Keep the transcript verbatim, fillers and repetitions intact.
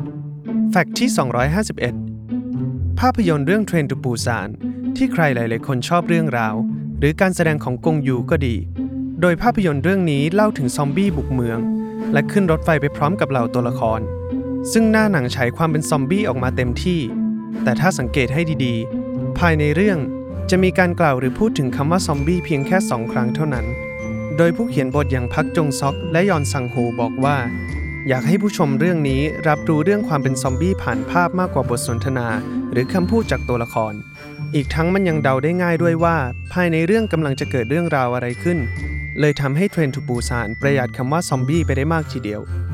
แฟกต์ที่สองร้อยห้าสิบเอ็ดภาพยนตร์เรื่อง Train to Busan ที่ใครหลายๆคนชอบเรื่องราวหรือการแสดงของกงยูก็ดีโดยภาพยนตร์เรื่องนี้เล่าถึงซอมบี้บุกเมืองและขึ้นรถไฟไปพร้อมกับเหล่าตัวละครซึ่งหน้าหนังฉายความเป็นซอมบี้ออกมาเต็มที่แต่ถ้าสังเกตให้ดีๆภายในเรื่องจะมีการกล่าวหรือพูดถึงคำว่าซอมบี้เพียงแค่สองครั้งเท่านั้นโดยผู้เขียนบทอย่างพักจงซอกและยอนซังโฮบอกว่าอยากให้ผู้ชมเรื่องนี้รับรู้เรื่องความเป็นซอมบี้ผ่านภาพมากกว่าบทสนทนาหรือคำพูดจากตัวละครอีกทั้งมันยังเดาได้ง่ายด้วยว่าภายในเรื่องกำลังจะเกิดเรื่องราวอะไรขึ้นเลยทำให้ Train to Busan ประหยัดคำว่าซอมบี้ไปได้มากทีเดียว